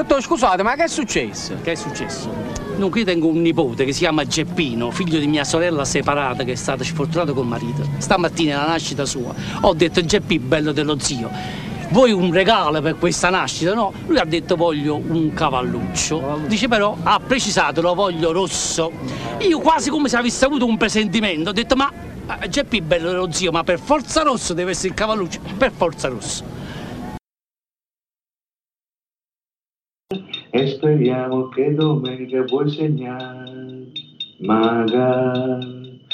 Dottore, scusate, ma che è successo? Che è successo? Dunque, io tengo un nipote che si chiama Geppino, figlio di mia sorella separata che è stata sfortunata col marito. Stamattina, alla nascita sua, ho detto: Geppi, bello dello zio, vuoi un regalo per questa nascita? No? Lui ha detto: voglio un cavalluccio. Dice però, ha precisato, lo voglio rosso. Io quasi come se avessi avuto un presentimento, ho detto: ma Geppi, bello dello zio, ma per forza rosso deve essere il cavalluccio, per forza rosso. E speriamo che domenica puoi segnare, magari,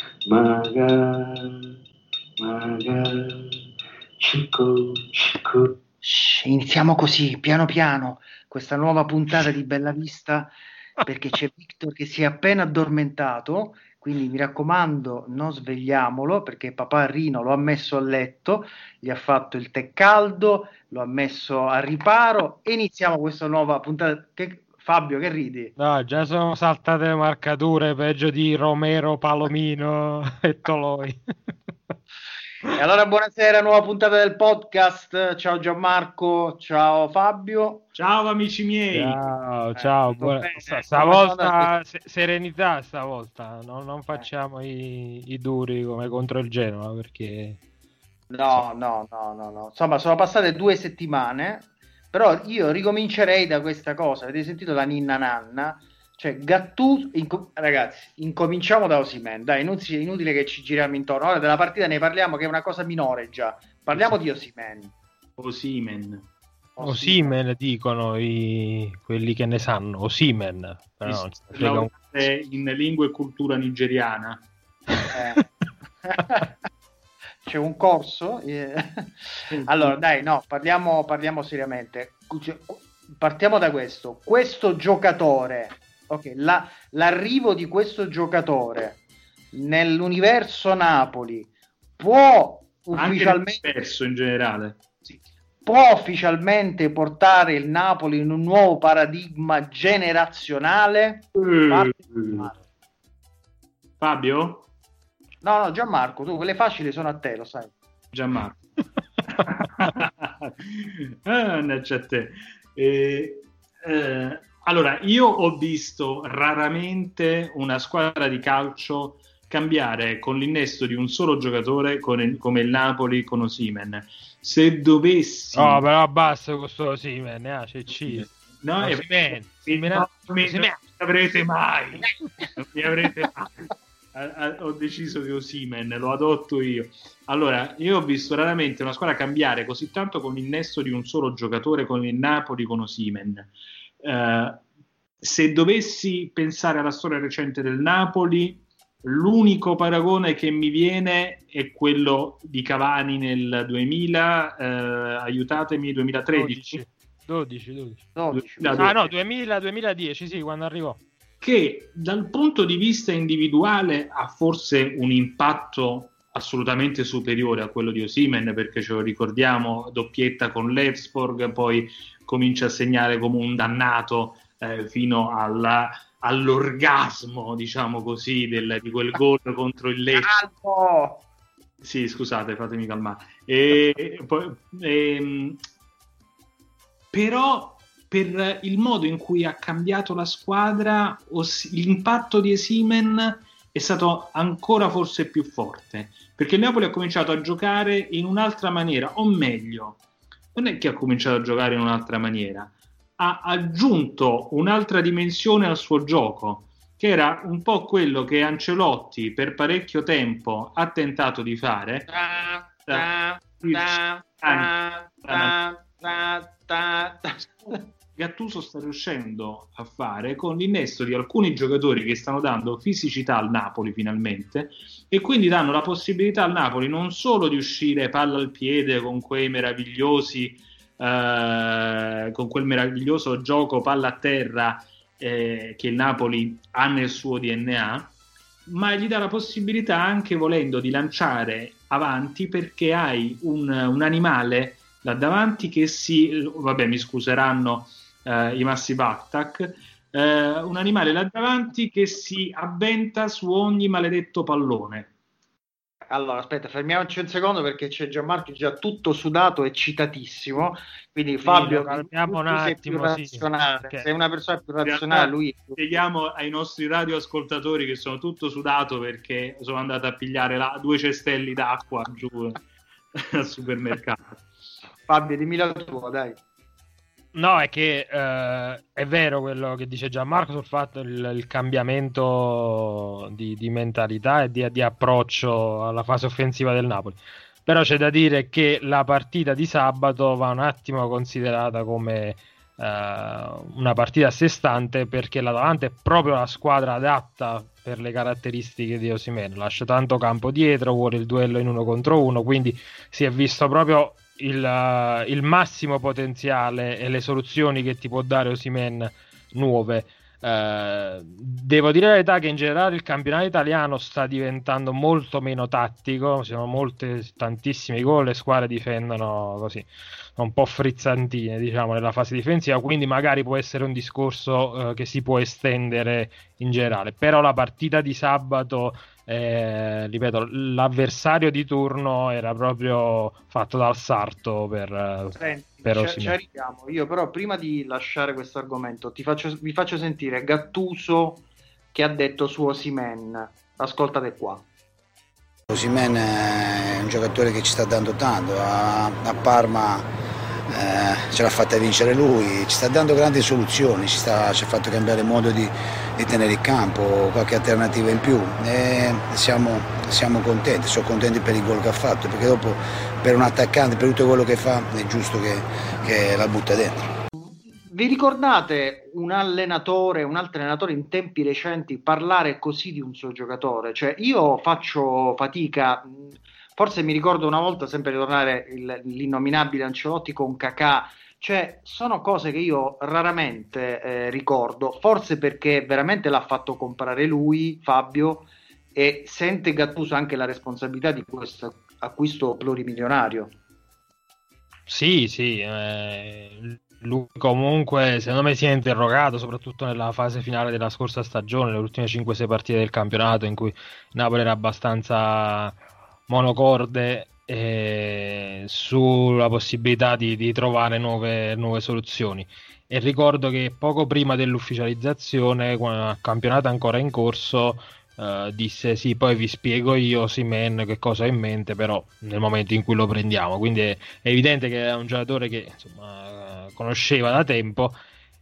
Cico. Iniziamo così, piano piano, questa nuova puntata di Bella Vista, perché c'è Victor che si è appena addormentato, quindi mi raccomando, non svegliamolo, perché papà Rino lo ha messo a letto, gli ha fatto il tè caldo, lo ha messo a riparo e iniziamo questa nuova puntata. Fabio, che ridi? No, già sono saltate le marcature, peggio di Romero, Palomino e Toloi. E allora buonasera, nuova puntata del podcast. Ciao Gianmarco, ciao Fabio. Ciao amici miei. Ciao. Stavolta serenità, stavolta. Non facciamo i duri come contro il Genoa, perché... No. Insomma, sono passate 2 settimane, però io ricomincerei da questa cosa. Avete sentito la ninna nanna? Cioè, Gattuso, ragazzi, incominciamo da Osimhen, dai, non sia inutile che ci giriamo intorno. Ora della partita ne parliamo, che è una cosa minore già. Parliamo di Osimhen. Osimhen dicono quelli che ne sanno, Osimhen. Però in lingua e cultura nigeriana. C'è un corso? Allora, dai, no, parliamo seriamente. Partiamo da questo. Questo giocatore, ok, l'arrivo di questo giocatore nell'universo Napoli può ufficialmente, anche verso in generale, può ufficialmente portare il Napoli in un nuovo paradigma generazionale? Fabio? No, Gianmarco, tu quelle facili sono a te, lo sai. Gianmarco. C'è te. Allora, io ho visto raramente una squadra di calcio cambiare con l'innesto di un solo giocatore come il Napoli con Osimhen. Se dovessi... No, però basta con questo Osimhen, c'è C. No, Osimhen. Non mi avrete mai. Non mi avrete mai. Ho deciso che Osimhen lo adotto io. Allora, io ho visto raramente una squadra cambiare così tanto con l'innesto di un solo giocatore, con il Napoli, con Osimhen. Se dovessi pensare alla storia recente del Napoli, l'unico paragone che mi viene è quello di Cavani nel 2000, aiutatemi, 2013? 12. 2010, sì, quando arrivò. Che dal punto di vista individuale ha forse un impatto assolutamente superiore a quello di Osimhen, perché ce lo ricordiamo, doppietta con l'Elfsborg, poi comincia a segnare come un dannato fino all'orgasmo, diciamo così, di quel gol contro il Lecce. Sì, scusate, fatemi calmare. Però per il modo in cui ha cambiato la squadra, l'impatto di Osimhen è stato ancora forse più forte, perché il Napoli ha cominciato a giocare in un'altra maniera, o meglio, non è che ha cominciato a giocare in un'altra maniera, ha aggiunto un'altra dimensione al suo gioco, che era un po' quello che Ancelotti per parecchio tempo ha tentato di fare. Gattuso sta riuscendo a fare con l'innesto di alcuni giocatori che stanno dando fisicità al Napoli finalmente, e quindi danno la possibilità al Napoli non solo di uscire palla al piede con quei meravigliosi con quel meraviglioso gioco palla a terra che il Napoli ha nel suo DNA, ma gli dà la possibilità anche, volendo, di lanciare avanti, perché hai un animale là davanti che mi scuseranno i Massi Baktak, un animale là davanti che si avventa su ogni maledetto pallone. allora aspetta, fermiamoci un secondo perché c'è Gianmarco già tutto sudato e citatissimo, quindi Fabio, calmiamo un sei attimo, più razionale, perché sei una persona più razionale, lui... Spieghiamo ai nostri radioascoltatori che sono tutto sudato perché sono andato a pigliare 2 cestelli d'acqua giù al supermercato. Fabio, dimmi la tua, dai. No, è che è vero quello che dice Gianmarco sul fatto il cambiamento di mentalità e di approccio alla fase offensiva del Napoli. Però c'è da dire che la partita di sabato va un attimo considerata come una partita a sé stante, perché l'Atalanta è proprio la squadra adatta per le caratteristiche di Osimhen. Lascia tanto campo dietro, vuole il duello in 1 contro 1, quindi si è visto proprio il massimo potenziale e le soluzioni che ti può dare Osimhen nuove. Devo dire la verità che in generale il campionato italiano sta diventando molto meno tattico, ci sono tantissimi gol, le squadre difendono così un po' frizzantine, diciamo, nella fase difensiva, quindi magari può essere un discorso che si può estendere in generale. Però la partita di sabato, ripeto, l'avversario di turno era proprio fatto dal sarto per Osimhen. Ci arriviamo. Io però prima di lasciare questo argomento vi faccio sentire Gattuso che ha detto su Osimhen. Ascoltate qua. Osimhen è un giocatore che ci sta dando tanto, a Parma ce l'ha fatta vincere lui, ci sta dando grandi soluzioni, ci ha fatto cambiare modo di tenere il campo, qualche alternativa in più, e siamo contenti, sono contenti per il gol che ha fatto, perché dopo per un attaccante, per tutto quello che fa, è giusto che la butta dentro. Vi ricordate un altro allenatore in tempi recenti parlare così di un suo giocatore? Cioè io faccio fatica, forse mi ricordo una volta, sempre ritornare l'innominabile Ancelotti con Kakà, cioè sono cose che io raramente ricordo, forse perché veramente l'ha fatto comprare lui, Fabio, e sente Gattuso anche la responsabilità di questo acquisto plurimilionario. Sì, lui comunque secondo me si è interrogato soprattutto nella fase finale della scorsa stagione, le ultime 5-6 partite del campionato in cui Napoli era abbastanza monocorde, sulla possibilità di trovare nuove soluzioni. E ricordo che poco prima dell'ufficializzazione, quando il campionato è ancora in corso, disse sì, poi vi spiego io Osimhen che cosa ho in mente, però nel momento in cui lo prendiamo. Quindi è evidente che è un giocatore che insomma conosceva da tempo,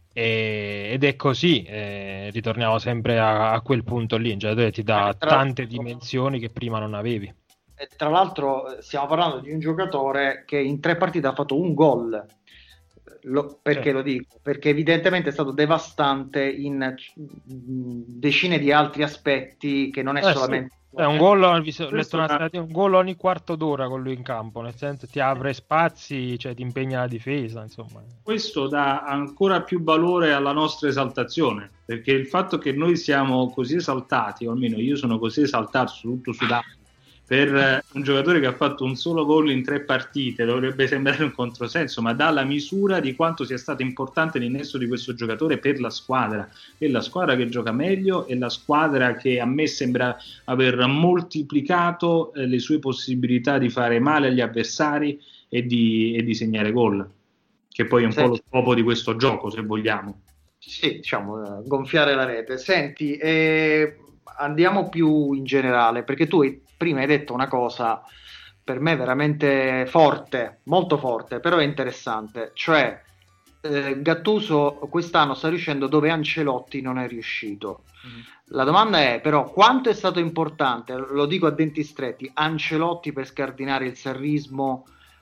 ed è così, ritorniamo sempre a quel punto lì, un giocatore che ti dà tante dimensioni che prima non avevi. E tra l'altro stiamo parlando di un giocatore che in 3 partite ha fatto un gol. Perché lo dico? Perché evidentemente è stato devastante in decine di altri aspetti, che non è solamente... È un gol, un gol ogni quarto d'ora con lui in campo, nel senso ti apre spazi, cioè ti impegna la difesa, insomma. Questo dà ancora più valore alla nostra esaltazione, perché il fatto che noi siamo così esaltati, o almeno io sono così esaltato, tutto sudato, per un giocatore che ha fatto un solo gol in 3 partite, dovrebbe sembrare un controsenso, ma dà la misura di quanto sia stato importante l'innesto di questo giocatore per la squadra. È la squadra che gioca meglio, è la squadra che a me sembra aver moltiplicato le sue possibilità di fare male agli avversari e di segnare gol, che poi è un po' lo scopo di questo gioco, se vogliamo. Sì, diciamo, gonfiare la rete. Senti, andiamo più in generale, perché tu prima hai detto una cosa per me veramente forte, molto forte, però è interessante, cioè Gattuso quest'anno sta riuscendo dove Ancelotti non è riuscito. La domanda è però quanto è stato importante, lo dico a denti stretti, Ancelotti per scardinare il sarrismo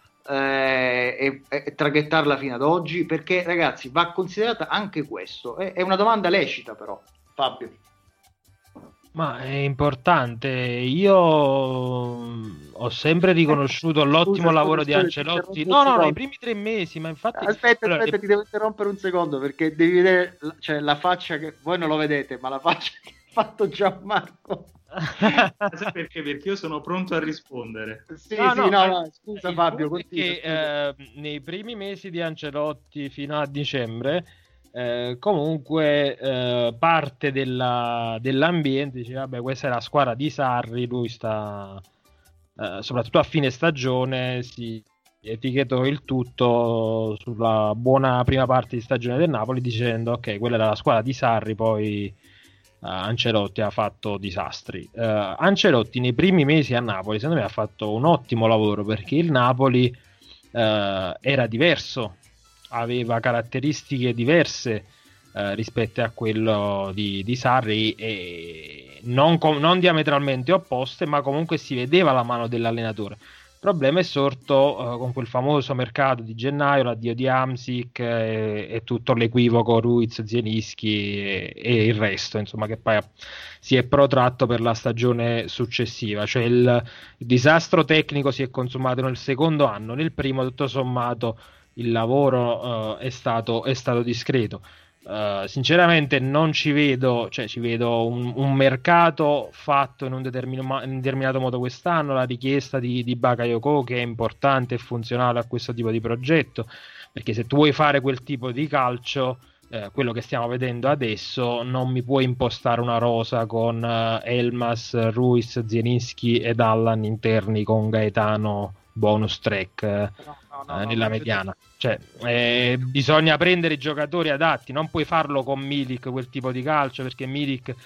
e traghettarla fino ad oggi, perché ragazzi va considerata anche questo, è una domanda lecita però. Fabio. Ma è importante, io ho sempre riconosciuto l'ottimo lavoro di Ancelotti. No, nei primi 3 mesi, ma infatti... Aspetta, ti devo interrompere un secondo, perché devi vedere, cioè, la faccia che... Voi non lo vedete, ma la faccia che ha fatto Gianmarco. Perché io sono pronto a rispondere. No, scusa Fabio. Perché nei primi mesi di Ancelotti fino a dicembre... comunque parte dell'ambiente dice vabbè, questa è la squadra di Sarri, lui sta soprattutto a fine stagione si etichettò il tutto sulla buona prima parte di stagione del Napoli dicendo ok, quella era la squadra di Sarri, poi Ancelotti ha fatto disastri. Ancelotti nei primi mesi a Napoli secondo me ha fatto un ottimo lavoro, perché il Napoli era diverso, aveva caratteristiche diverse rispetto a quello di Sarri, e non diametralmente opposte, ma comunque si vedeva la mano dell'allenatore. Il problema è sorto con quel famoso mercato di gennaio, l'addio di Hamsik e tutto l'equivoco Ruiz, Zielinski e il resto, insomma, che poi si è protratto per la stagione successiva. Cioè il disastro tecnico si è consumato nel secondo anno, nel primo tutto sommato il lavoro è stato discreto. Sinceramente non ci vedo, cioè ci vedo un mercato fatto in un determinato modo quest'anno, la richiesta di Bakayoko, che è importante e funzionale a questo tipo di progetto, perché se tu vuoi fare quel tipo di calcio, quello che stiamo vedendo adesso, non mi puoi impostare una rosa con Elmas, Ruiz, Zielinski ed Allan interni con Gaetano bonus track nella mediana. Cioè, bisogna prendere i giocatori adatti, non puoi farlo con Milik quel tipo di calcio, perché Milik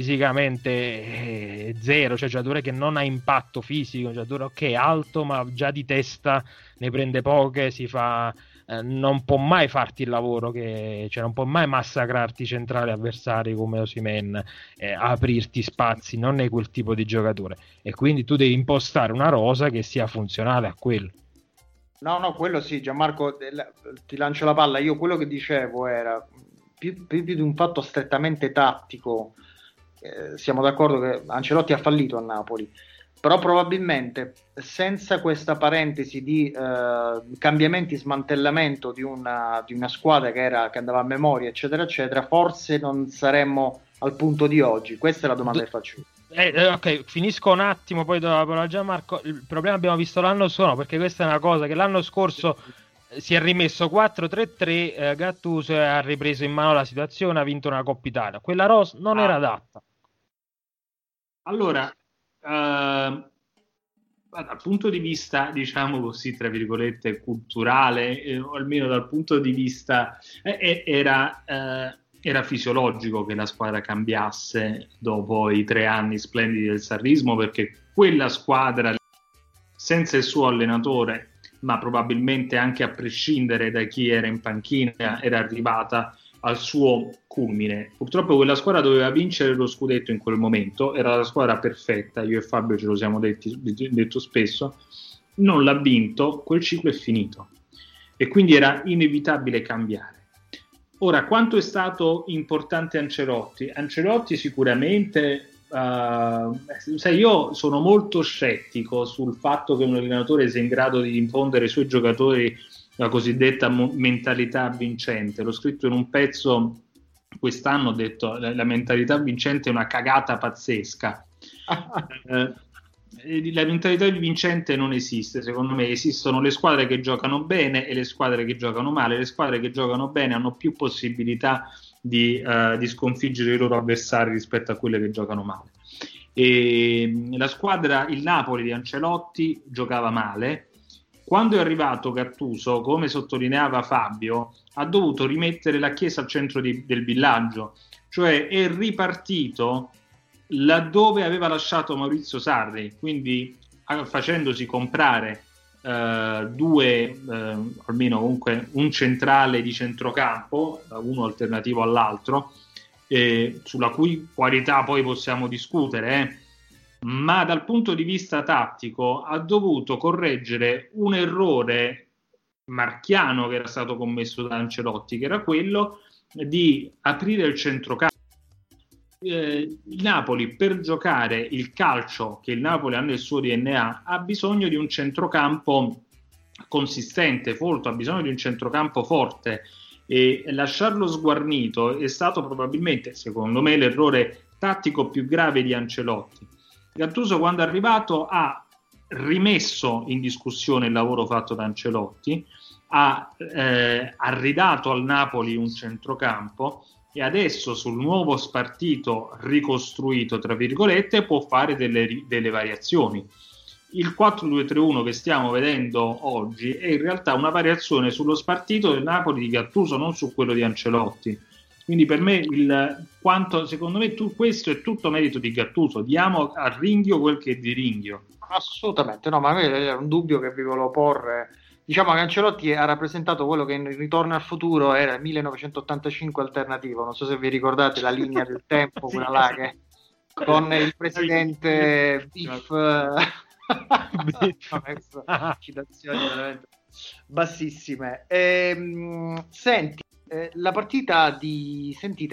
fisicamente è zero, cioè giocatore che non ha impatto fisico, giocatore ok alto ma già di testa ne prende poche, si fa non può mai farti il lavoro cioè non può mai massacrarti i centrali avversari come Osimhen, aprirti spazi, non è quel tipo di giocatore, e quindi tu devi impostare una rosa che sia funzionale a quello. No, quello sì, Gianmarco, ti lancio la palla. Io quello che dicevo era più di un fatto strettamente tattico. Siamo d'accordo che Ancelotti ha fallito a Napoli, però probabilmente senza questa parentesi di cambiamenti, smantellamento di una squadra che andava a memoria, eccetera, eccetera, forse non saremmo al punto di oggi. Questa è la domanda che faccio. Ok, finisco un attimo, poi do la parola a Gianmarco. Il problema abbiamo visto l'anno scorso, perché questa è una cosa che l'anno scorso si è rimesso 4-3-3, Gattuso ha ripreso in mano la situazione, ha vinto una Coppa Italia. Quella rosa non era adatta. Allora, dal punto di vista, diciamo così, tra virgolette, culturale, o almeno dal punto di vista era fisiologico che la squadra cambiasse dopo i 3 anni splendidi del sarrismo, perché quella squadra, senza il suo allenatore, ma probabilmente anche a prescindere da chi era in panchina, era arrivata al suo culmine. Purtroppo quella squadra doveva vincere lo scudetto in quel momento, era la squadra perfetta, io e Fabio ce lo siamo detto spesso, non l'ha vinto, quel ciclo è finito e quindi era inevitabile cambiare. Ora, quanto è stato importante Ancelotti? Ancelotti sicuramente, sai, io sono molto scettico sul fatto che un allenatore sia in grado di infondere ai suoi giocatori la cosiddetta mentalità vincente. L'ho scritto in un pezzo quest'anno, ho detto la mentalità vincente è una cagata pazzesca. La mentalità vincente non esiste, secondo me. Esistono le squadre che giocano bene e le squadre che giocano male. Le squadre che giocano bene hanno più possibilità di sconfiggere i loro avversari rispetto a quelle che giocano male. E la squadra, il Napoli di Ancelotti, giocava male. Quando è arrivato Gattuso, come sottolineava Fabio, ha dovuto rimettere la chiesa al centro del villaggio, cioè è ripartito laddove aveva lasciato Maurizio Sarri, quindi facendosi comprare almeno comunque un centrale di centrocampo, uno alternativo all'altro, sulla cui qualità poi possiamo discutere, ma dal punto di vista tattico ha dovuto correggere un errore marchiano che era stato commesso da Ancelotti, che era quello di aprire il centrocampo. Il Napoli, per giocare il calcio che il Napoli ha nel suo DNA, ha bisogno di un centrocampo consistente, folto, ha bisogno di un centrocampo forte, e lasciarlo sguarnito è stato probabilmente, secondo me, l'errore tattico più grave di Ancelotti. Gattuso, quando è arrivato, ha rimesso in discussione il lavoro fatto da Ancelotti, ha ridato al Napoli un centrocampo e adesso sul nuovo spartito ricostruito, tra virgolette, può fare delle variazioni. il 4-2-3-1 che stiamo vedendo oggi è in realtà una variazione sullo spartito del Napoli di Gattuso, non su quello di Ancelotti. Quindi per me secondo me questo è tutto merito di Gattuso. Diamo a Ringhio quel che è di Ringhio. Assolutamente, no, ma a me era un dubbio che vi volevo porre. Diciamo che Ancelotti ha rappresentato quello che in Ritorno al futuro era il 1985 alternativo. Non so se vi ricordate la linea del tempo, sì, quella là che con il presidente Biff. Citazioni veramente bassissime. Senti, la partita di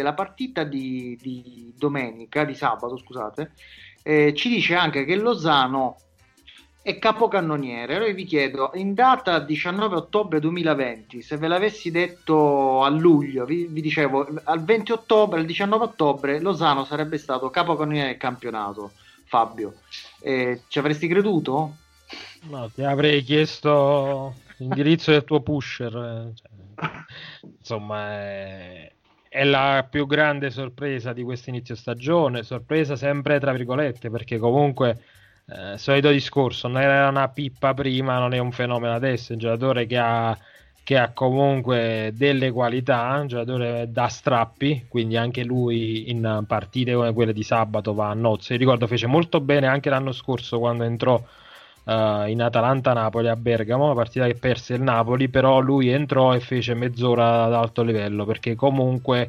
domenica, di sabato, scusate, ci dice anche che Lozano è capocannoniere. Allora vi chiedo, in data 19 ottobre 2020, se ve l'avessi detto a luglio, vi dicevo al 20 ottobre, al 19 ottobre Lozano sarebbe stato capocannoniere del campionato. Fabio, ci avresti creduto? No, ti avrei chiesto l'indirizzo del tuo pusher. Insomma, è la più grande sorpresa di questo inizio stagione, sorpresa sempre tra virgolette, perché comunque solito discorso, non era una pippa prima, non è un fenomeno adesso, è un giocatore che ha comunque delle qualità, un giocatore da strappi, quindi anche lui in partite come quelle di sabato va a nozze. Io ricordo fece molto bene anche l'anno scorso quando entrò in Atalanta-Napoli a Bergamo, una partita che perse il Napoli, però lui entrò e fece mezz'ora ad alto livello, perché comunque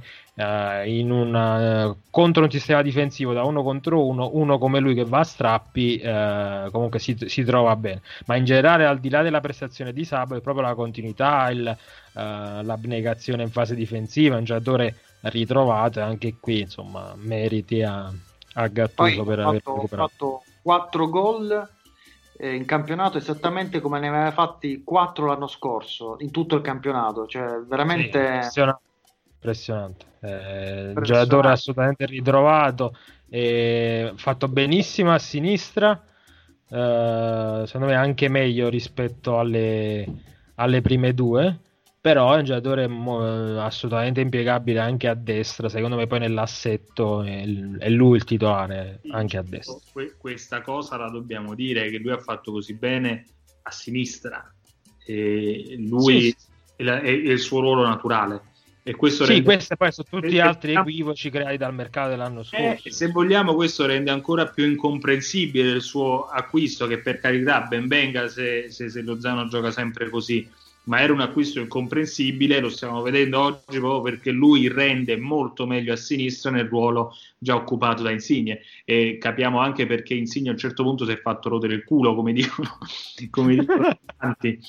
contro un sistema difensivo da 1 contro 1, uno come lui che va a strappi comunque si trova bene. Ma in generale, al di là della prestazione di sabato, è proprio la continuità, l'abnegazione in fase difensiva, un giocatore ritrovato, e anche qui insomma meriti a Gattuso per aver recuperato. Ha fatto 4 gol in campionato, esattamente come ne aveva fatti 4 l'anno scorso in tutto il campionato, cioè veramente impressionante. Giocatore assolutamente ritrovato, fatto benissimo a sinistra, secondo me anche meglio rispetto alle prime due, però è un giocatore assolutamente impiegabile anche a destra. Secondo me poi nell'assetto è lui il titolare anche a destra. Questa cosa la dobbiamo dire, che lui ha fatto così bene a sinistra, e lui è il suo ruolo naturale, e questo questi poi sono tutti altri equivoci creati dal mercato dell'anno scorso. Se vogliamo, questo rende ancora più incomprensibile il suo acquisto, che per carità ben venga se Lozano gioca sempre così, ma era un acquisto incomprensibile. Lo stiamo vedendo oggi proprio perché lui rende molto meglio a sinistra nel ruolo già occupato da Insigne, e capiamo anche perché Insigne a un certo punto si è fatto rodere il culo, come dicono tanti.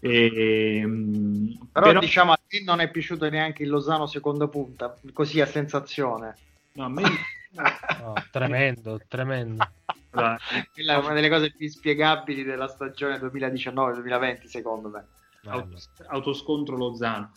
Però diciamo, a te non è piaciuto neanche il Lozano seconda punta, così a sensazione? No, a me no, tremendo. Quella è una delle cose più inspiegabili della stagione 2019-2020, secondo me. Autoscontro Lozano.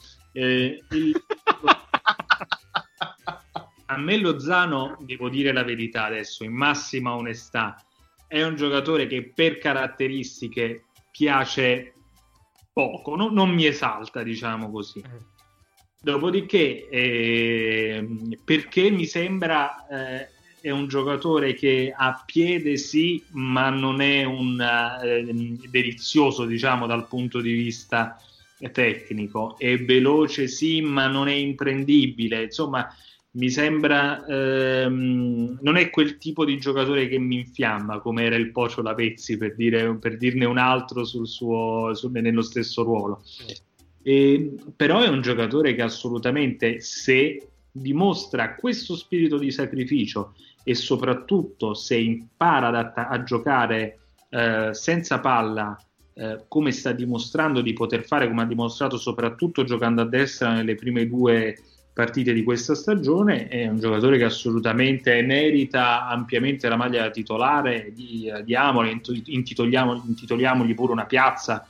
A me Lozano, devo dire la verità adesso, in massima onestà, è un giocatore che per caratteristiche piace poco, non mi esalta, diciamo così. Dopodiché, perché mi sembra è un giocatore che ha piede sì, ma non è un delizioso, diciamo, dal punto di vista tecnico. È veloce sì, ma non è imprendibile. Insomma, mi sembra non è quel tipo di giocatore che mi infiamma, come era il Pocio Lavezzi, per dirne un altro nello stesso ruolo. Però è un giocatore che assolutamente, se dimostra questo spirito di sacrificio e soprattutto se impara a giocare senza palla, come sta dimostrando di poter fare, come ha dimostrato soprattutto giocando a destra nelle prime 2 partite di questa stagione, è un giocatore che assolutamente merita ampiamente la maglia titolare. Diamolo, intitoliamogli pure una piazza.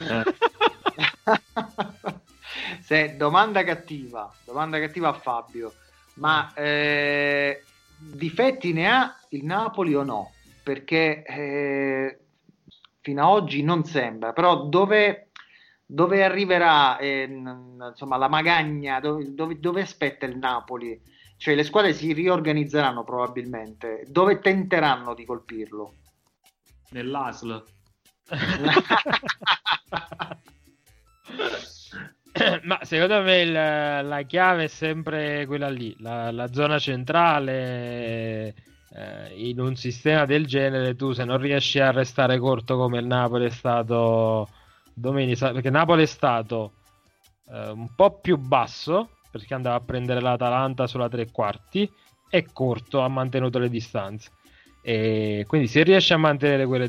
Domanda cattiva a Fabio, ma difetti ne ha il Napoli o no? Perché fino ad oggi non sembra, però dove arriverà insomma la magagna, dove aspetta il Napoli? Cioè le squadre si riorganizzeranno probabilmente, dove tenteranno di colpirlo? nell'ASL. Ma secondo me la chiave è sempre quella lì, la zona centrale. In un sistema del genere tu, se non riesci a restare corto come il Napoli è stato domenica, perché Napoli è stato un po' più basso perché andava a prendere l'Atalanta sulla tre quarti, e corto, ha mantenuto le distanze, e quindi se riesci a mantenere quelle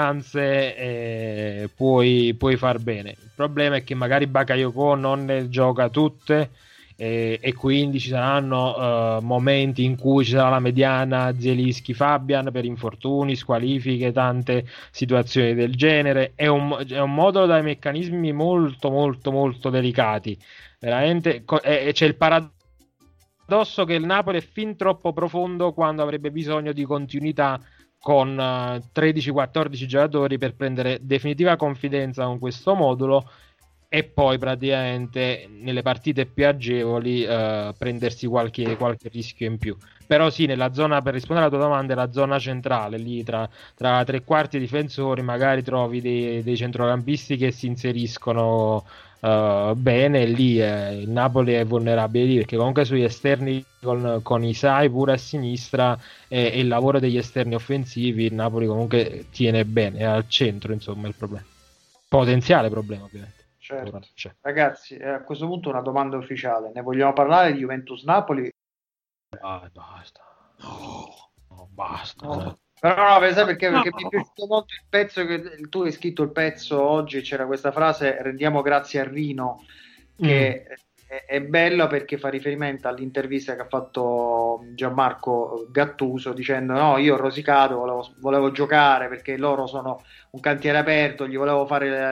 distanze puoi far bene. Il problema è che magari Bakayoko non ne gioca tutte, e quindi ci saranno momenti in cui ci sarà la mediana Zielinski-Fabian per infortuni, squalifiche, tante situazioni del genere. È un modulo dai meccanismi molto molto molto delicati, veramente. C'è il paradosso che il Napoli è fin troppo profondo quando avrebbe bisogno di continuità con 13-14 giocatori per prendere definitiva confidenza con questo modulo, e poi praticamente nelle partite più agevoli prendersi qualche rischio in più. Però sì, nella zona, per rispondere alla tua domanda, è la zona centrale, lì tra tre quarti e difensori magari trovi dei centrocampisti che si inseriscono bene. Lì il Napoli è vulnerabile lì, perché comunque sugli esterni con Isai pure a sinistra e il lavoro degli esterni offensivi il Napoli comunque tiene bene, è al centro, insomma, il problema, potenziale problema ovviamente. Certo. Ragazzi, a questo punto una domanda ufficiale: ne vogliamo parlare di Juventus-Napoli? Basta. No, basta. No. Però no, sai perché mi è piaciuto molto il pezzo che tu hai scritto, il pezzo oggi, c'era questa frase: rendiamo grazie a Rino, che è bella perché fa riferimento all'intervista che ha fatto Gianmarco Gattuso dicendo no, io ho rosicato, volevo giocare perché loro sono un cantiere aperto, gli volevo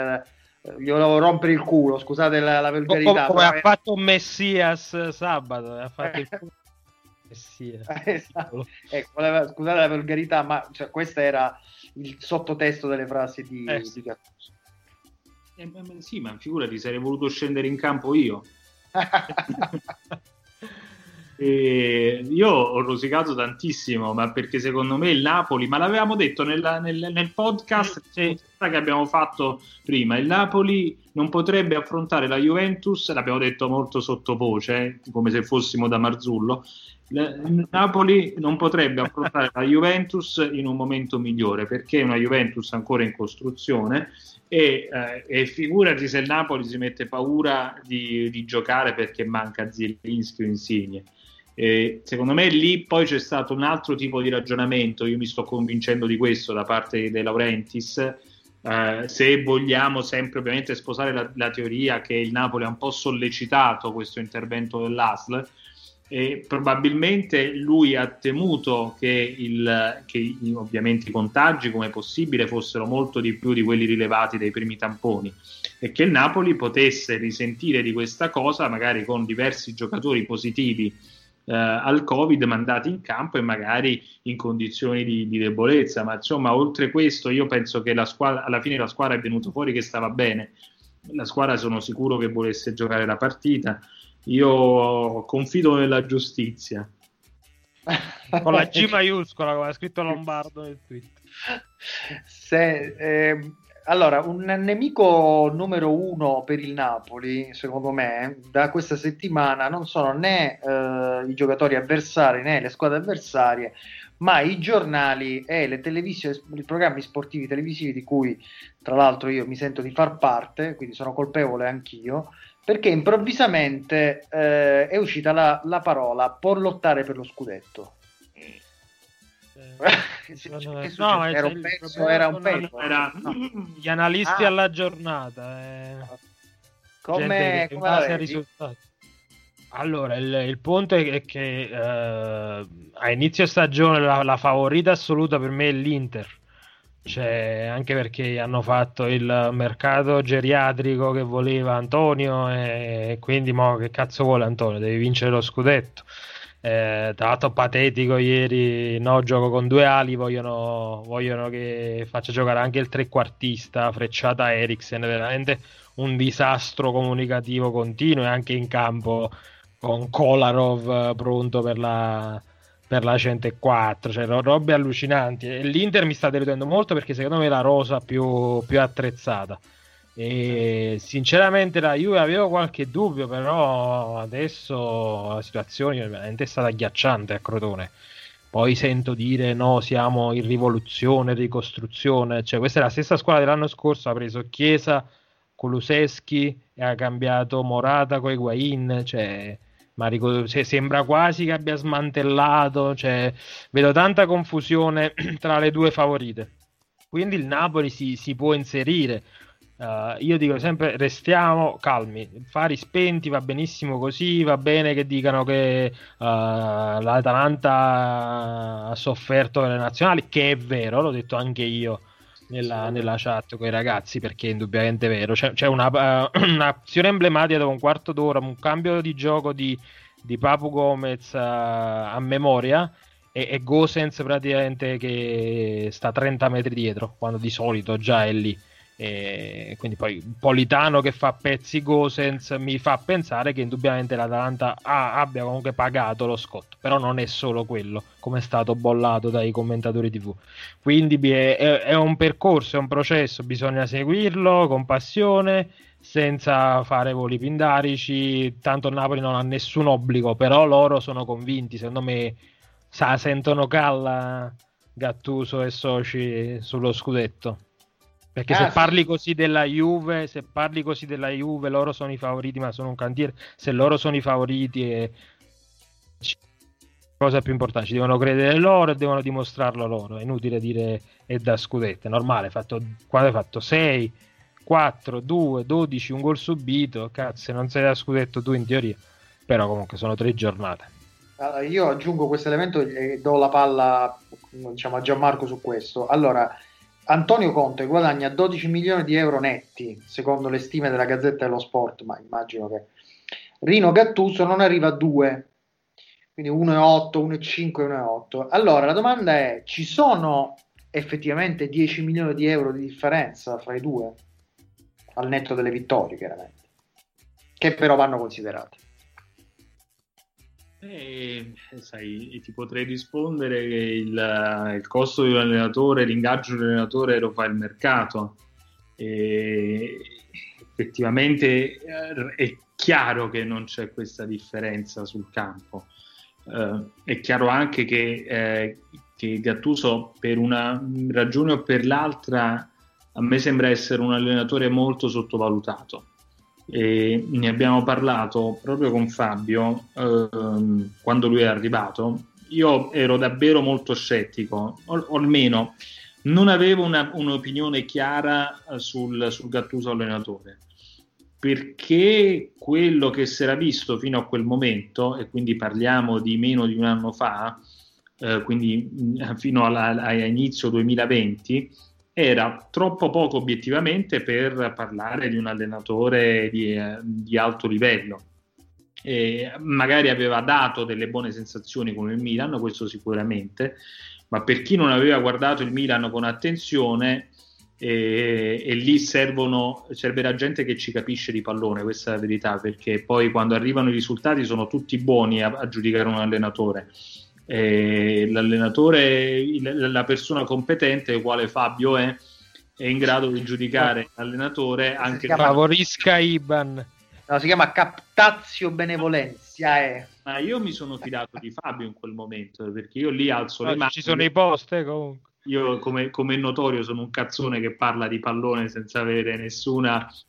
rompere il culo, scusate la volgarità, come ha fatto Messias sabato, ha fatto il culo. Messias. Esatto. Scusate la volgarità, ma cioè, questo era il sottotesto delle frasi di Gattuso. Sì, ma figurati, sarei voluto scendere in campo io. Io ho rosicato tantissimo, ma perché secondo me il Napoli, ma l'avevamo detto nel podcast che abbiamo fatto prima, il Napoli non potrebbe affrontare la Juventus, l'abbiamo detto molto sottovoce, come se fossimo da Marzullo. Il Napoli non potrebbe affrontare la Juventus in un momento migliore, perché è una Juventus ancora in costruzione, e figurati se il Napoli si mette paura di giocare perché manca Zielinski o Insigne. Secondo me lì poi c'è stato un altro tipo di ragionamento, io mi sto convincendo di questo da parte De Laurentiis, se vogliamo sempre ovviamente sposare la teoria che il Napoli ha un po' sollecitato questo intervento dell'ASL, e probabilmente lui ha temuto che ovviamente i contagi, come possibile, fossero molto di più di quelli rilevati dai primi tamponi, e che il Napoli potesse risentire di questa cosa magari con diversi giocatori positivi al Covid mandati in campo e magari in condizioni di debolezza. Ma insomma, oltre questo, io penso che la squadra, alla fine la squadra è venuto fuori che stava bene, la squadra sono sicuro che volesse giocare la partita. Io confido nella giustizia. Con la G maiuscola, come ha scritto Lombardo nel tweet. Allora, un nemico numero uno per il Napoli, secondo me, da questa settimana non sono né i giocatori avversari né le squadre avversarie, ma i giornali e le televisioni, i programmi sportivi televisivi di cui tra l'altro io mi sento di far parte, quindi sono colpevole anch'io, perché improvvisamente è uscita la parola "può lottare per lo scudetto". Era un pezzo. Gli analisti alla giornata, come base ai risultati. Allora, il punto è che a inizio stagione la favorita assoluta per me è l'Inter, cioè, anche perché hanno fatto il mercato geriatrico che voleva Antonio, e quindi che cazzo vuole Antonio? Devi vincere lo scudetto. Tra l'altro patetico ieri, no, gioco con due ali, vogliono che faccia giocare anche il trequartista, frecciata Eriksen, veramente un disastro comunicativo continuo, e anche in campo con Kolarov pronto per per la 104, cioè robe allucinanti. E l'Inter mi sta deludendo molto perché secondo me è la rosa più attrezzata. E sinceramente la Juve avevo qualche dubbio, però adesso la situazione è veramente stata agghiacciante a Crotone. Poi sento dire no, siamo in rivoluzione, ricostruzione, cioè questa è la stessa squadra dell'anno scorso, ha preso Chiesa, Kulusevski e ha cambiato Morata con Higuain, cioè sembra quasi che abbia smantellato, cioè vedo tanta confusione tra le due favorite, quindi il Napoli si può inserire. Io dico sempre restiamo calmi, fari spenti, va benissimo così, va bene che dicano che l'Atalanta ha sofferto nelle nazionali, che è vero, l'ho detto anche io nella chat con i ragazzi, perché è indubbiamente vero. C'è un'azione emblematica dopo un quarto d'ora, un cambio di gioco di Papu Gomez a memoria, e Gosens praticamente che sta 30 metri dietro quando di solito già è lì. E quindi poi Politano che fa pezzi Gosens mi fa pensare che indubbiamente l'Atalanta abbia comunque pagato lo scotto, però non è solo quello, come è stato bollato dai commentatori TV. Quindi è un percorso, è un processo, bisogna seguirlo con passione, senza fare voli pindarici. Tanto il Napoli non ha nessun obbligo, però loro sono convinti, secondo me sentono calla Gattuso e soci sullo scudetto. Perché se parli così della Juve, loro sono i favoriti, ma sono un cantiere. Se loro sono i favoriti, cosa più importante, ci devono credere loro e devono dimostrarlo loro. È inutile dire è da scudetto, è normale. Quando hai fatto 6, 4, 2, 12, un gol subito, cazzo, non sei da scudetto tu in teoria. Però comunque sono 3 giornate. Allora, io aggiungo questo elemento e do la palla, diciamo, a Gianmarco su questo. Allora, Antonio Conte guadagna 12 milioni di euro netti, secondo le stime della Gazzetta dello Sport, ma immagino che Rino Gattuso non arriva a 2, quindi 1,8, 1,5, 1,8. Allora la domanda è: ci sono effettivamente 10 milioni di euro di differenza fra i due, al netto delle vittorie chiaramente, che però vanno considerate? Sai, ti potrei rispondere che il costo di un allenatore, l'ingaggio di un allenatore lo fa il mercato. E effettivamente è chiaro che non c'è questa differenza sul campo. È chiaro anche che Gattuso, per una ragione o per l'altra, a me sembra essere un allenatore molto sottovalutato. E ne abbiamo parlato proprio con Fabio quando lui è arrivato. Io ero davvero molto scettico, o almeno non avevo un'opinione chiara sul Gattuso allenatore, perché quello che si era visto fino a quel momento, e quindi parliamo di meno di un anno fa, quindi fino a inizio 2020, era troppo poco obiettivamente per parlare di un allenatore di alto livello. Magari aveva dato delle buone sensazioni con il Milan, questo sicuramente, ma per chi non aveva guardato il Milan con attenzione, e lì serve la gente che ci capisce di pallone, questa è la verità, perché poi quando arrivano i risultati sono tutti buoni a giudicare un allenatore. L'allenatore, la persona competente, quale Fabio è in grado di giudicare l'allenatore anche favorisca Iban. No, si chiama captatio benevolentia. Ma io mi sono fidato di Fabio in quel momento, perché io lì alzo le mani. Ci sono i post comunque. Io come è notorio sono un cazzone che parla di pallone senza avere nessun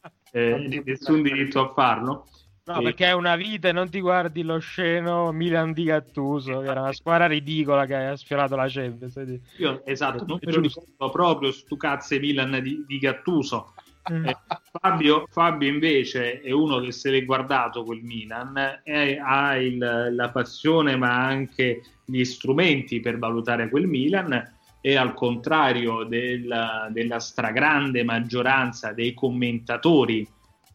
diritto a farlo. No, perché è una vita e non ti guardi l'osceno Milan di Gattuso, che era una squadra ridicola che ha sfiorato la Champions. Io, esatto, non me lo ricordo proprio stu cazzo Milan di Gattuso. Fabio invece è uno che se l'è guardato quel Milan, ha la passione ma anche gli strumenti per valutare quel Milan, e al contrario della stragrande maggioranza dei commentatori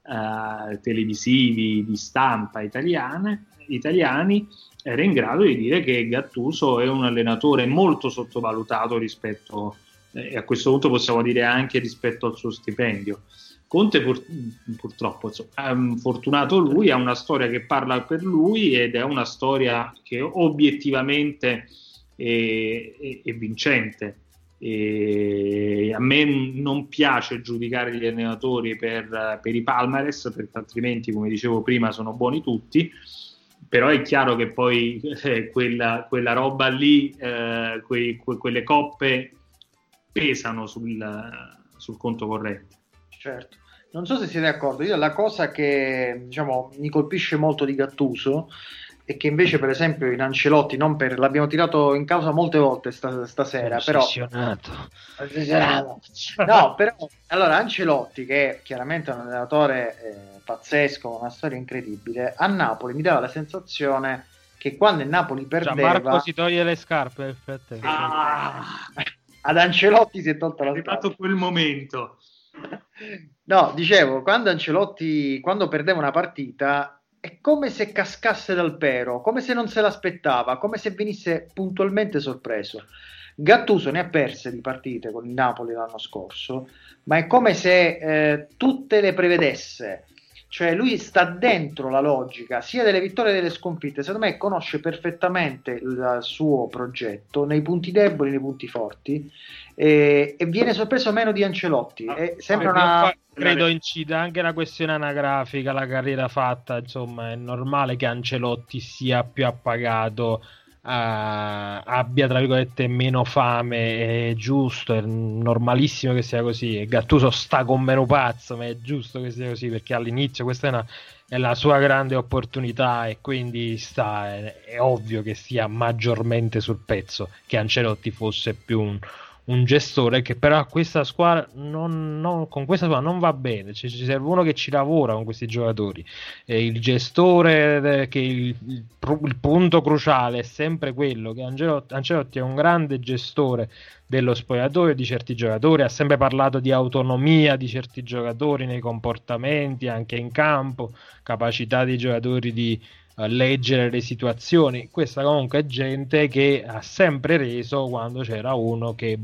televisivi di stampa italiani, era in grado di dire che Gattuso è un allenatore molto sottovalutato rispetto, e a questo punto possiamo dire anche rispetto al suo stipendio. Conte purtroppo, insomma, è fortunato lui, ha una storia che parla per lui ed è una storia che obiettivamente è vincente. E a me non piace giudicare gli allenatori per i palmarès, perché altrimenti, come dicevo prima, sono buoni tutti. Però è chiaro che poi quella roba lì, quelle coppe pesano sul conto corrente. Certo, non so se siete d'accordo. Io la cosa che mi colpisce molto di Gattuso è che invece, per esempio, in Ancelotti, l'abbiamo tirato in causa molte volte stasera, però no, però allora Ancelotti, che è chiaramente un allenatore pazzesco, una storia incredibile, a Napoli mi dava la sensazione che quando il Napoli perdeva, Marco si toglie le scarpe nel frattempo. ad Ancelotti si è tolta la scarpa. È arrivato quel momento. No, dicevo, quando perdeva una partita è come se cascasse dal pero, come se non se l'aspettava, come se venisse puntualmente sorpreso. Gattuso ne ha perse di partite con il Napoli l'anno scorso, ma è come se tutte le prevedesse. Cioè lui sta dentro la logica sia delle vittorie che delle sconfitte. Secondo me conosce perfettamente il suo progetto nei punti deboli, nei punti forti, e viene sorpreso meno di Ancelotti. Credo incida anche la questione anagrafica, la carriera fatta, insomma è normale che Ancelotti sia più appagato, abbia tra virgolette meno fame, è giusto, è normalissimo che sia così. Gattuso sta con meno pazzo, ma è giusto che sia così, perché all'inizio questa è la sua grande opportunità e quindi è ovvio che sia maggiormente sul pezzo, che Ancelotti fosse più un gestore, che però questa squadra con questa squadra non va bene. Ci serve uno che ci lavora con questi giocatori, il gestore, che il punto cruciale è sempre quello che Ancelotti è un grande gestore dello spogliatoio, di certi giocatori, ha sempre parlato di autonomia di certi giocatori nei comportamenti, anche in campo, capacità dei giocatori di leggere le situazioni. Questa comunque è gente che ha sempre reso quando c'era uno che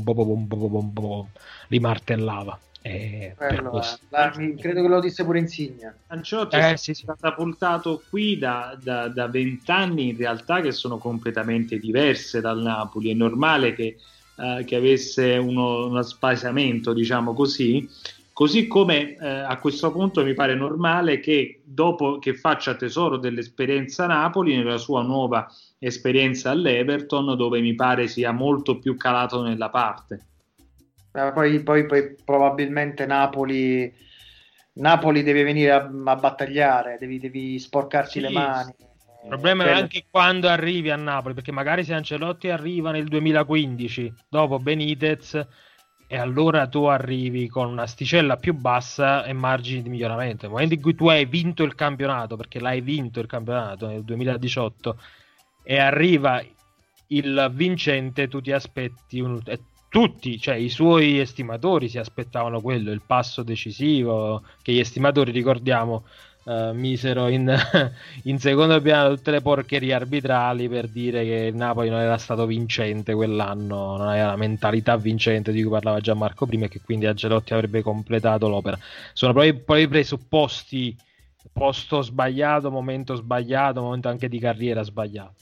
li martellava. Credo che lo disse pure Insigne. Ancelotti è catapultato qui da 20 anni in realtà che sono completamente diverse dal Napoli. È normale che avesse uno spaesamento, diciamo così come a questo punto mi pare normale che dopo che faccia tesoro dell'esperienza Napoli nella sua nuova esperienza all'Everton, dove mi pare sia molto più calato nella parte. Poi probabilmente Napoli deve venire a battagliare, devi sporcarti le mani. Il problema è anche quando arrivi a Napoli, perché magari se Ancelotti arriva nel 2015 dopo Benitez, e allora tu arrivi con un'asticella più bassa e margini di miglioramento. Nel momento in cui tu hai vinto il campionato, perché l'hai vinto il campionato nel 2018, e arriva il vincente, tu ti aspetti tutti, cioè i suoi estimatori si aspettavano quello, il passo decisivo, che gli estimatori, ricordiamo, misero in secondo piano tutte le porcherie arbitrali per dire che il Napoli non era stato vincente quell'anno, non aveva la mentalità vincente di cui parlava Gianmarco prima, e che quindi Ancelotti avrebbe completato l'opera. Sono proprio i presupposti, posto sbagliato, momento anche di carriera sbagliato.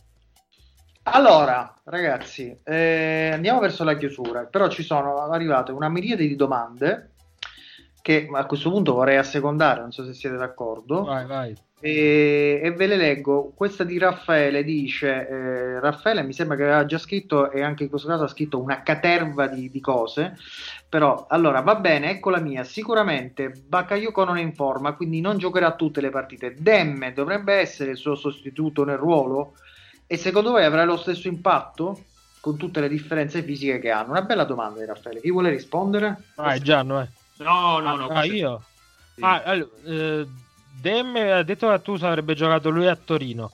Allora ragazzi, andiamo verso la chiusura, però ci sono arrivate una miriade di domande che a questo punto vorrei assecondare, non so se siete d'accordo. Vai. E ve le leggo. Questa di Raffaele dice, Raffaele mi sembra che aveva già scritto, e anche in questo caso ha scritto una caterva di cose, però allora va bene, ecco la mia. Sicuramente Bakayoko non è in forma, quindi non giocherà tutte le partite. Demme dovrebbe essere il suo sostituto nel ruolo, e secondo voi avrà lo stesso impatto con tutte le differenze fisiche che hanno? Una bella domanda di Raffaele, chi vuole rispondere? Vai Gianno, No. Io? Sì. Allora, Demme ha detto che tu avrebbe giocato lui a Torino,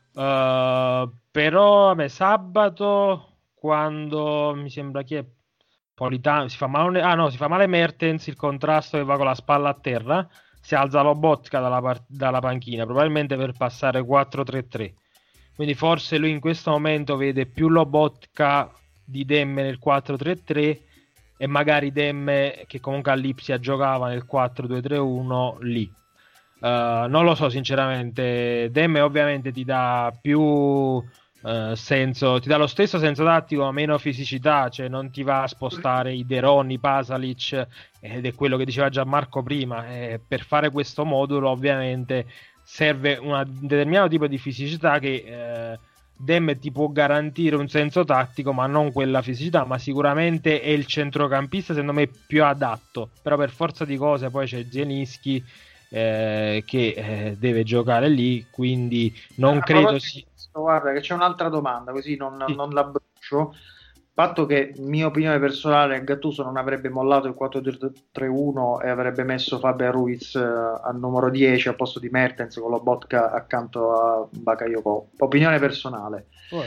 però sabato, quando mi sembra chi è Politano, si fa male Mertens, il contrasto che va con la spalla a terra, si alza Lobotka dalla panchina, probabilmente per passare 4-3-3, quindi forse lui in questo momento vede più Lobotka di Demme nel 4-3-3 e magari Demme, che comunque all'Ipsia giocava nel 4-2-3-1 lì. Non lo so sinceramente. Demme ovviamente ti dà più senso, ti dà lo stesso senso tattico ma meno fisicità, cioè non ti va a spostare i De Ron, i Pasalic, ed è quello che diceva Gianmarco prima. Per fare questo modulo ovviamente serve un determinato tipo di fisicità che Demme ti può garantire un senso tattico ma non quella fisicità, ma sicuramente è il centrocampista secondo me più adatto. Però per forza di cose poi c'è Zielinski che deve giocare lì, quindi non credo sia... Guarda che c'è un'altra domanda, così non la brucio. Il fatto che, mia opinione personale, Gattuso non avrebbe mollato il 4-3-1 e avrebbe messo Fabian Ruiz al numero 10 al posto di Mertens con Lobotka accanto a Bakayoko. Opinione personale,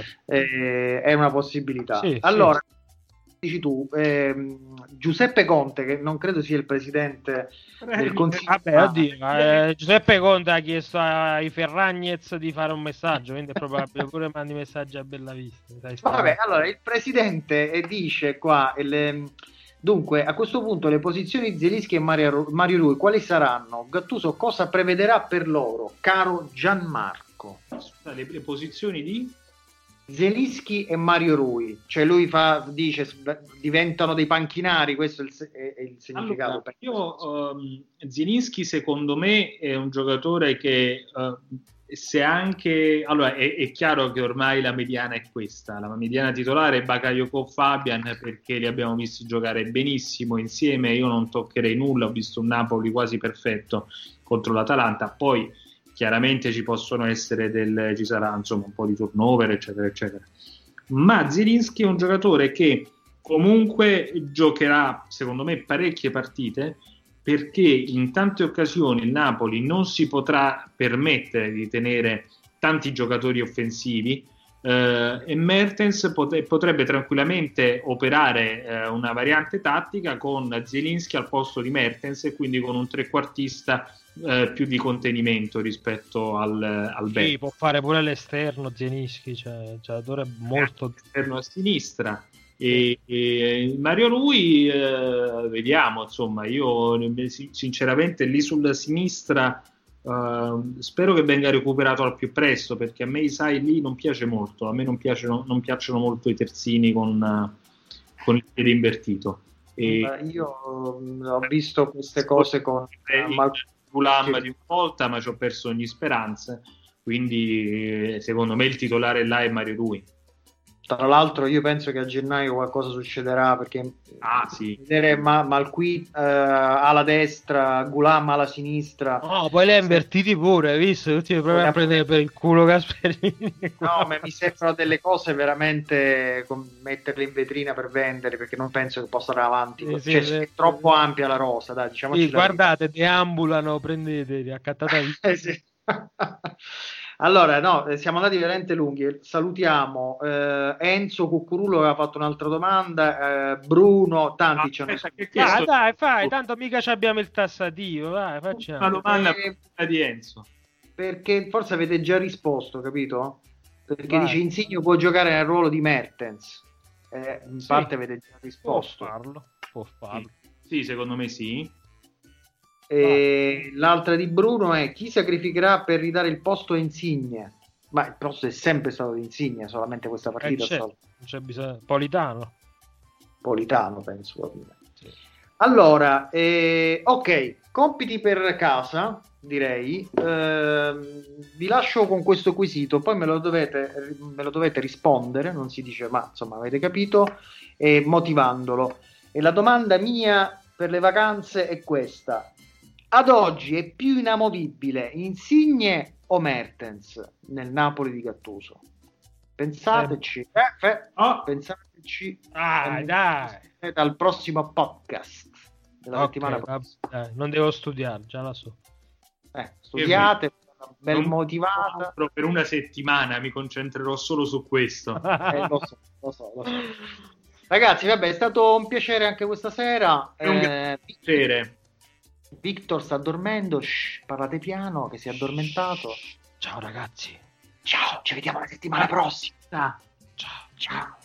è una possibilità. Allora, dici tu, Giuseppe Conte, che non credo sia il presidente del Consiglio. Giuseppe Conte ha chiesto ai Ferragnez di fare un messaggio, quindi è probabile pure mandi messaggi a Bellavista. Vabbè, allora il presidente dice qua, dunque a questo punto le posizioni di Zielinski e Mario Rui quali saranno? Gattuso cosa prevederà per loro, caro Gianmarco? Le posizioni di Zielinski e Mario Rui, cioè lui dice diventano dei panchinari, questo è il significato. Allora, Zielinski secondo me è un giocatore che se anche allora è chiaro che ormai la mediana è questa, la mediana titolare è Bakayoko Fabian, perché li abbiamo visti giocare benissimo insieme. Io non toccherei nulla, ho visto un Napoli quasi perfetto contro l'Atalanta, poi chiaramente ci sarà insomma un po' di turnover eccetera eccetera, ma Zielinski è un giocatore che comunque giocherà secondo me parecchie partite, perché in tante occasioni il Napoli non si potrà permettere di tenere tanti giocatori offensivi, e Mertens potrebbe tranquillamente operare una variante tattica con Zielinski al posto di Mertens e quindi con un trequartista più di contenimento rispetto al back. Sì, può fare pure l'esterno Zielinski, cioè giocatore molto esterno a sinistra. E Mario Rui vediamo, insomma, io sinceramente lì sulla sinistra spero che venga recuperato al più presto, perché a me lì non piace molto, a me non piacciono molto i terzini con il piede invertito. Io ho visto queste cose con Gulam di una volta, ma ci ho perso ogni speranza, quindi secondo me il titolare là è Mario Rui. Tra l'altro io penso che a gennaio qualcosa succederà, perché vedere Malqui alla destra, Gulam alla sinistra, poi le ha invertiti pure, hai visto? Tutti proviamo a prendere per il culo Gasperini. No, ma mi sembrano delle cose veramente metterle in vetrina per vendere, perché non penso che possa andare avanti, è troppo ampia la rosa, dai, diciamoci guardate, deambulano, prendete, accattate sì. Allora, no, siamo andati veramente lunghi. Salutiamo Enzo Cuccurulo, che aveva fatto un'altra domanda, Bruno, tanti ci hanno scritto. Dai, fai, tanto mica abbiamo il tassativo, dai, facciamo. Una domanda di Enzo. Perché forse avete già risposto, capito? Perché dice Insigne può giocare nel ruolo di Mertens. In parte avete già risposto. Può farlo. Sì, secondo me sì. E l'altra di Bruno è: chi sacrificherà per ridare il posto a Insigne? Ma il posto è sempre stato di Insigne, solamente questa partita non c'è bisogno. Politano penso proprio. Sì. Allora, ok, compiti per casa, direi. Vi lascio con questo quesito, poi me lo dovete rispondere, non si dice, ma insomma avete capito, motivandolo. E la domanda mia per le vacanze è questa: ad oggi è più inamovibile Insigne o Mertens nel Napoli di Gattuso? Pensateci, pensateci. Dai. Dal prossimo podcast della settimana prossima. Non devo studiare, già la so. Studiate, ben motivata. Per una settimana mi concentrerò solo su questo. Lo so. Ragazzi, vabbè, è stato un piacere anche questa sera. È un piacere. Victor sta dormendo, parlate piano che si è addormentato. Ciao ragazzi. Ciao, ci vediamo la settimana prossima. Ciao.